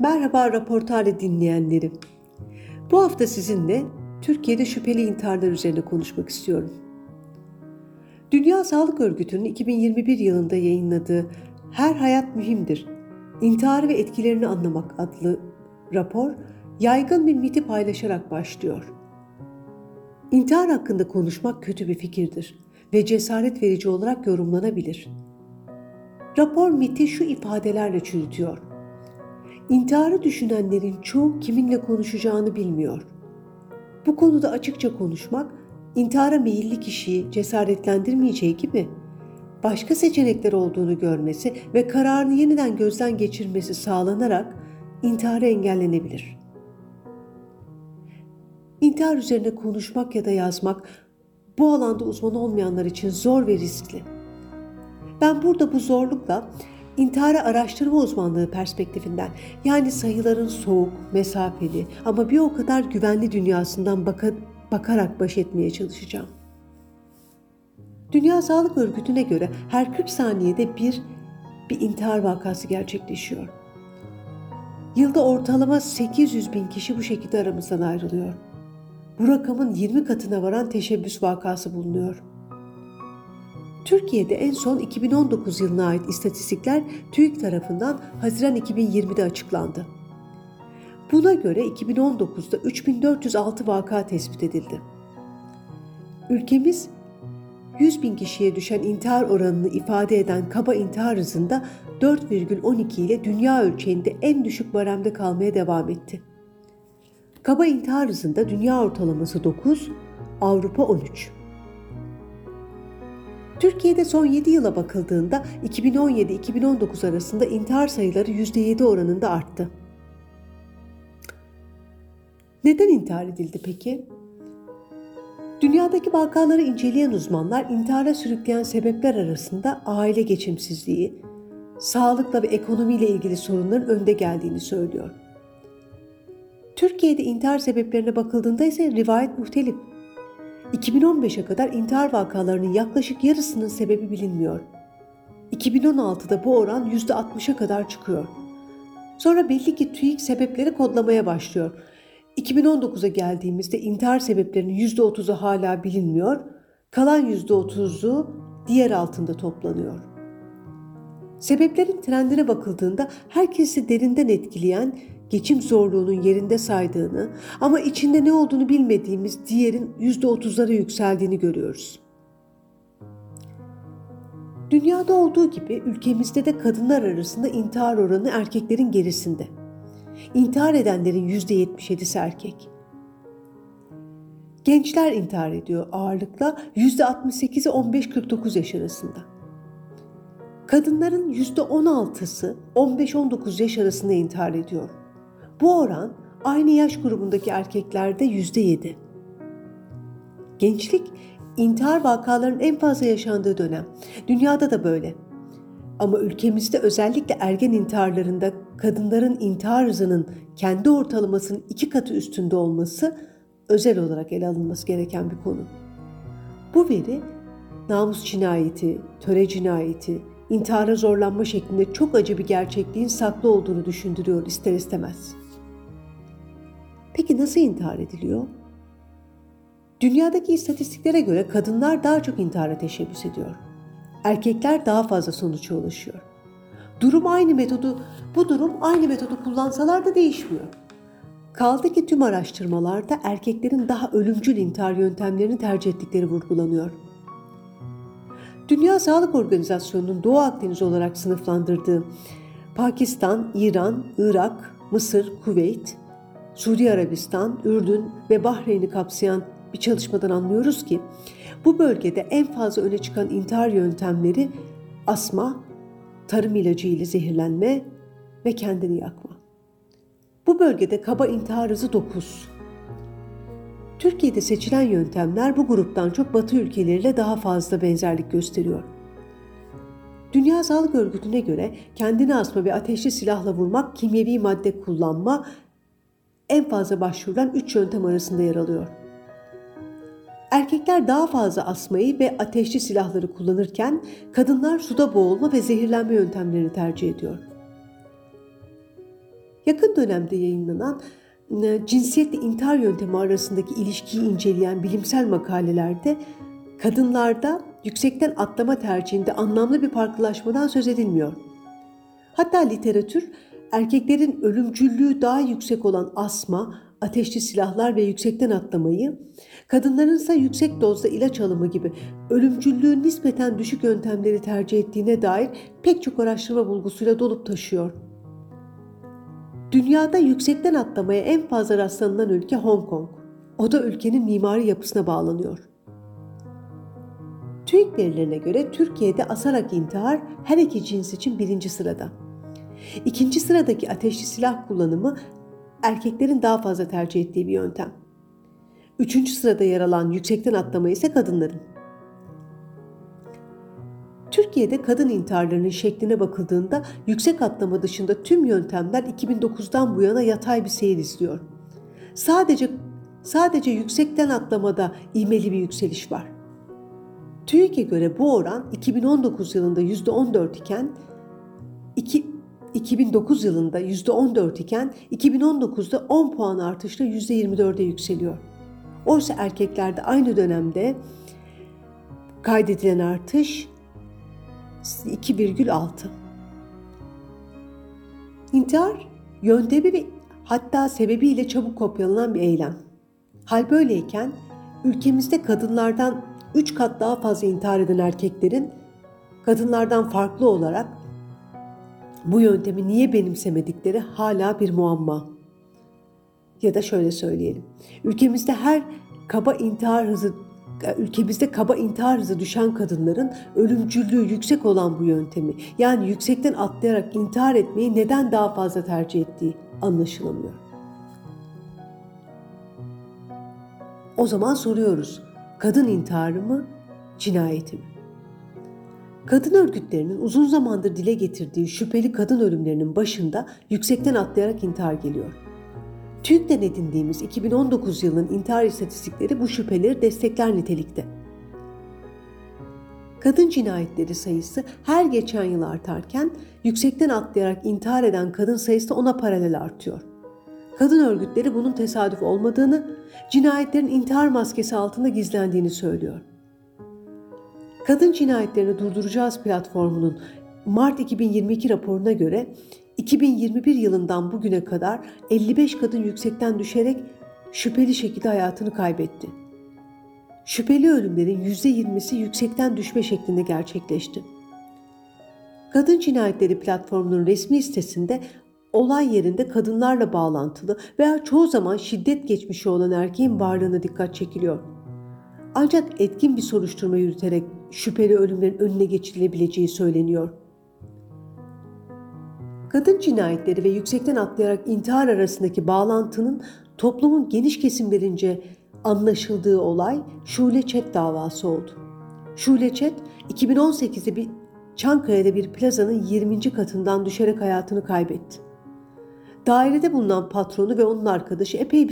Merhaba Raportale dinleyenlerim. Bu hafta sizinle Türkiye'de şüpheli intiharlar üzerine konuşmak istiyorum. Dünya Sağlık Örgütü'nün 2021 yılında yayınladığı Her Hayat Mühimdir, İntiharı ve Etkilerini Anlamak adlı rapor yaygın bir miti paylaşarak başlıyor. İntihar hakkında konuşmak kötü bir fikirdir ve cesaret verici olarak yorumlanabilir. Rapor miti şu ifadelerle çürütüyor. İntiharı düşünenlerin çoğu kiminle konuşacağını bilmiyor. Bu konuda açıkça konuşmak, intihara meyilli kişiyi cesaretlendirmeyeceği gibi, başka seçenekler olduğunu görmesi ve kararını yeniden gözden geçirmesi sağlanarak intiharı engellenebilir. İntihar üzerine konuşmak ya da yazmak, bu alanda uzman olmayanlar için zor ve riskli. Ben burada bu zorlukla İntiharı araştırma uzmanlığı perspektifinden, yani sayıların soğuk, mesafeli ama bir o kadar güvenli dünyasından bakarak baş etmeye çalışacağım. Dünya Sağlık Örgütü'ne göre her 40 saniyede bir intihar vakası gerçekleşiyor. Yılda ortalama 800 bin kişi bu şekilde aramızdan ayrılıyor. Bu rakamın 20 katına varan teşebbüs vakası bulunuyor. Türkiye'de en son 2019 yılına ait istatistikler TÜİK tarafından Haziran 2020'de açıklandı. Buna göre 2019'da 3406 vaka tespit edildi. Ülkemiz 100 bin kişiye düşen intihar oranını ifade eden kaba intihar hızında 4,12 ile dünya ölçeğinde en düşük baremde kalmaya devam etti. Kaba intihar hızında dünya ortalaması 9, Avrupa 13. Türkiye'de son 7 yıla bakıldığında 2017-2019 arasında intihar sayıları %7 oranında arttı. Neden intihar edildi peki? Dünyadaki vakaları inceleyen uzmanlar intihara sürükleyen sebepler arasında aile geçimsizliği, sağlıkla ve ekonomiyle ilgili sorunların önde geldiğini söylüyor. Türkiye'de intihar sebeplerine bakıldığında ise rivayet muhtelif. 2015'e kadar intihar vakalarının yaklaşık yarısının sebebi bilinmiyor. 2016'da bu oran %60'a kadar çıkıyor. Sonra belli ki TÜİK sebepleri kodlamaya başlıyor. 2019'a geldiğimizde intihar sebeplerinin %30'u hala bilinmiyor, kalan %30'u diğer altında toplanıyor. Sebeplerin trendine bakıldığında herkesi derinden etkileyen geçim zorluğunun yerinde saydığını ama içinde ne olduğunu bilmediğimiz diğerin %30'lara yükseldiğini görüyoruz. Dünyada olduğu gibi ülkemizde de kadınlar arasında intihar oranı erkeklerin gerisinde. İntihar edenlerin %77'si erkek. Gençler intihar ediyor ağırlıkla %68'i 15-49 yaş arasında. Kadınların %16'sı 15-19 yaş arasında intihar ediyor. Bu oran aynı yaş grubundaki erkeklerde %7. Gençlik, intihar vakalarının en fazla yaşandığı dönem. Dünyada da böyle. Ama ülkemizde özellikle ergen intiharlarında kadınların intihar hızının kendi ortalamasının 2 katı üstünde olması özel olarak ele alınması gereken bir konu. Bu veri namus cinayeti, töre cinayeti, intihara zorlanma şeklinde çok acı bir gerçekliğin saklı olduğunu düşündürüyor ister istemez. Peki nasıl intihar ediliyor? Dünyadaki istatistiklere göre kadınlar daha çok intihara teşebbüs ediyor. Erkekler daha fazla sonuca ulaşıyor. Bu durum aynı metodu kullansalar da değişmiyor. Kaldı ki tüm araştırmalarda erkeklerin daha ölümcül intihar yöntemlerini tercih ettikleri vurgulanıyor. Dünya Sağlık Organizasyonu'nun Doğu Akdeniz olarak sınıflandırdığı Pakistan, İran, Irak, Mısır, Kuveyt, Suudi Arabistan, Ürdün ve Bahreyn'i kapsayan bir çalışmadan anlıyoruz ki bu bölgede en fazla öne çıkan intihar yöntemleri asma, tarım ilacı ile zehirlenme ve kendini yakma. Bu bölgede kaba intihar hızı 9. Türkiye'de seçilen yöntemler bu gruptan çok Batı ülkeleriyle daha fazla benzerlik gösteriyor. Dünya Sağlık Örgütü'ne göre kendini asma ve ateşli silahla vurmak, kimyevi madde kullanma en fazla başvurulan 3 yöntem arasında yer alıyor. Erkekler daha fazla asmayı ve ateşli silahları kullanırken kadınlar suda boğulma ve zehirlenme yöntemlerini tercih ediyor. Yakın dönemde yayınlanan cinsiyetle intihar yöntemi arasındaki ilişkiyi inceleyen bilimsel makalelerde kadınlarda yüksekten atlama tercihinde anlamlı bir farklılaşmadan söz edilmiyor. Hatta literatür erkeklerin ölümcüllüğü daha yüksek olan asma, ateşli silahlar ve yüksekten atlamayı, kadınların ise yüksek dozda ilaç alımı gibi ölümcüllüğü nispeten düşük yöntemleri tercih ettiğine dair pek çok araştırma bulgusuyla dolup taşıyor. Dünyada yüksekten atlamaya en fazla rastlanılan ülke Hong Kong. O da ülkenin mimari yapısına bağlanıyor. TÜİK verilerine göre Türkiye'de asarak intihar her iki cins için 1. sırada. 2. sıradaki ateşli silah kullanımı erkeklerin daha fazla tercih ettiği bir yöntem. 3. sırada yer alan yüksekten atlama ise kadınların. Türkiye'de kadın intiharlarının şekline bakıldığında yüksek atlama dışında tüm yöntemler 2009'dan bu yana yatay bir seyir izliyor. Sadece yüksekten atlamada ivmeli bir yükseliş var. TÜİK'e göre bu oran 2019 yılında %14 iken 2009 yılında %14 iken 2019'da 10 puan artışla %24'e yükseliyor. Oysa erkeklerde aynı dönemde kaydedilen artış 2,6. İntihar, yöntemi ve hatta sebebiyle çabuk kopyalanan bir eylem. Hal böyleyken ülkemizde kadınlardan 3 kat daha fazla intihar eden erkeklerin kadınlardan farklı olarak bu yöntemi niye benimsemedikleri hala bir muamma. Ya da şöyle söyleyelim. Ülkemizde kaba intihar hızı düşen kadınların ölümcüllüğü yüksek olan bu yöntemi, yani yüksekten atlayarak intihar etmeyi neden daha fazla tercih ettiği anlaşılamıyor. O zaman soruyoruz, kadın intiharı mı, cinayeti mi? Kadın örgütlerinin uzun zamandır dile getirdiği şüpheli kadın ölümlerinin başında yüksekten atlayarak intihar geliyor. TÜİK'ten edindiğimiz 2019 yılının intihar istatistikleri bu şüpheleri destekler nitelikte. Kadın cinayetleri sayısı her geçen yıl artarken yüksekten atlayarak intihar eden kadın sayısı da ona paralel artıyor. Kadın örgütleri bunun tesadüf olmadığını, cinayetlerin intihar maskesi altında gizlendiğini söylüyor. Kadın Cinayetlerini Durduracağız platformunun Mart 2022 raporuna göre 2021 yılından bugüne kadar 55 kadın yüksekten düşerek şüpheli şekilde hayatını kaybetti. Şüpheli ölümlerin %20'si yüksekten düşme şeklinde gerçekleşti. Kadın Cinayetleri platformunun resmi sitesinde olay yerinde kadınlarla bağlantılı veya çoğu zaman şiddet geçmişi olan erkeğin varlığına dikkat çekiliyor. Ancak etkin bir soruşturma yürüterek şüpheli ölümlerin önüne geçilebileceği söyleniyor. Kadın cinayetleri ve yüksekten atlayarak intihar arasındaki bağlantının toplumun geniş kesimlerince anlaşıldığı olay Şule Çet davası oldu. Şule Çet, 2018'de Çankaya'da bir plazanın 20. katından düşerek hayatını kaybetti. Dairede bulunan patronu ve onun arkadaşı epey bir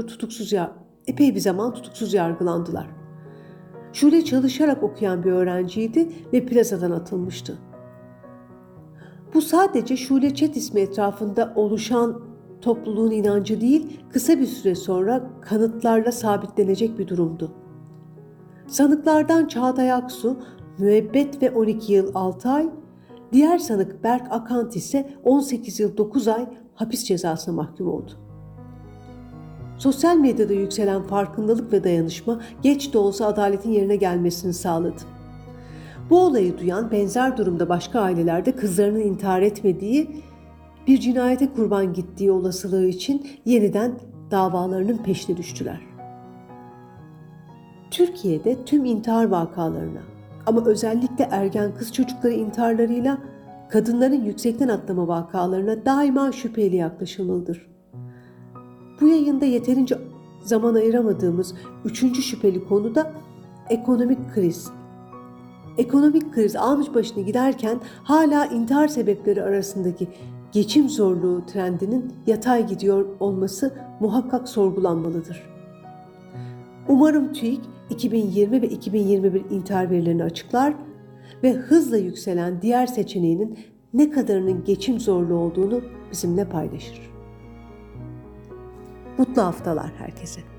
zaman tutuksuz yargılandılar. Şule çalışarak okuyan bir öğrenciydi ve plazadan atılmıştı. Bu sadece Şule Çet ismi etrafında oluşan topluluğun inancı değil, kısa bir süre sonra kanıtlarla sabitlenecek bir durumdu. Sanıklardan Çağatay Aksu müebbet ve 12 yıl 6 ay, diğer sanık Berk Akant ise 18 yıl 9 ay hapis cezasına mahkum oldu. Sosyal medyada yükselen farkındalık ve dayanışma geç de olsa adaletin yerine gelmesini sağladı. Bu olayı duyan benzer durumda başka ailelerde kızlarının intihar etmediği, bir cinayete kurban gittiği olasılığı için yeniden davalarının peşine düştüler. Türkiye'de tüm intihar vakalarına ama özellikle ergen kız çocukları intiharlarıyla kadınların yüksekten atlama vakalarına daima şüpheyle yaklaşılmalıdır. Bu yayında yeterince zaman ayıramadığımız 3. şüpheli konu da ekonomik kriz. Ekonomik kriz almış başını giderken hala intihar sebepleri arasındaki geçim zorluğu trendinin yatay gidiyor olması muhakkak sorgulanmalıdır. Umarım TÜİK 2020 ve 2021 intihar verilerini açıklar ve hızla yükselen diğer seçeneğinin ne kadarının geçim zorluğu olduğunu bizimle paylaşır. Mutlu haftalar herkese.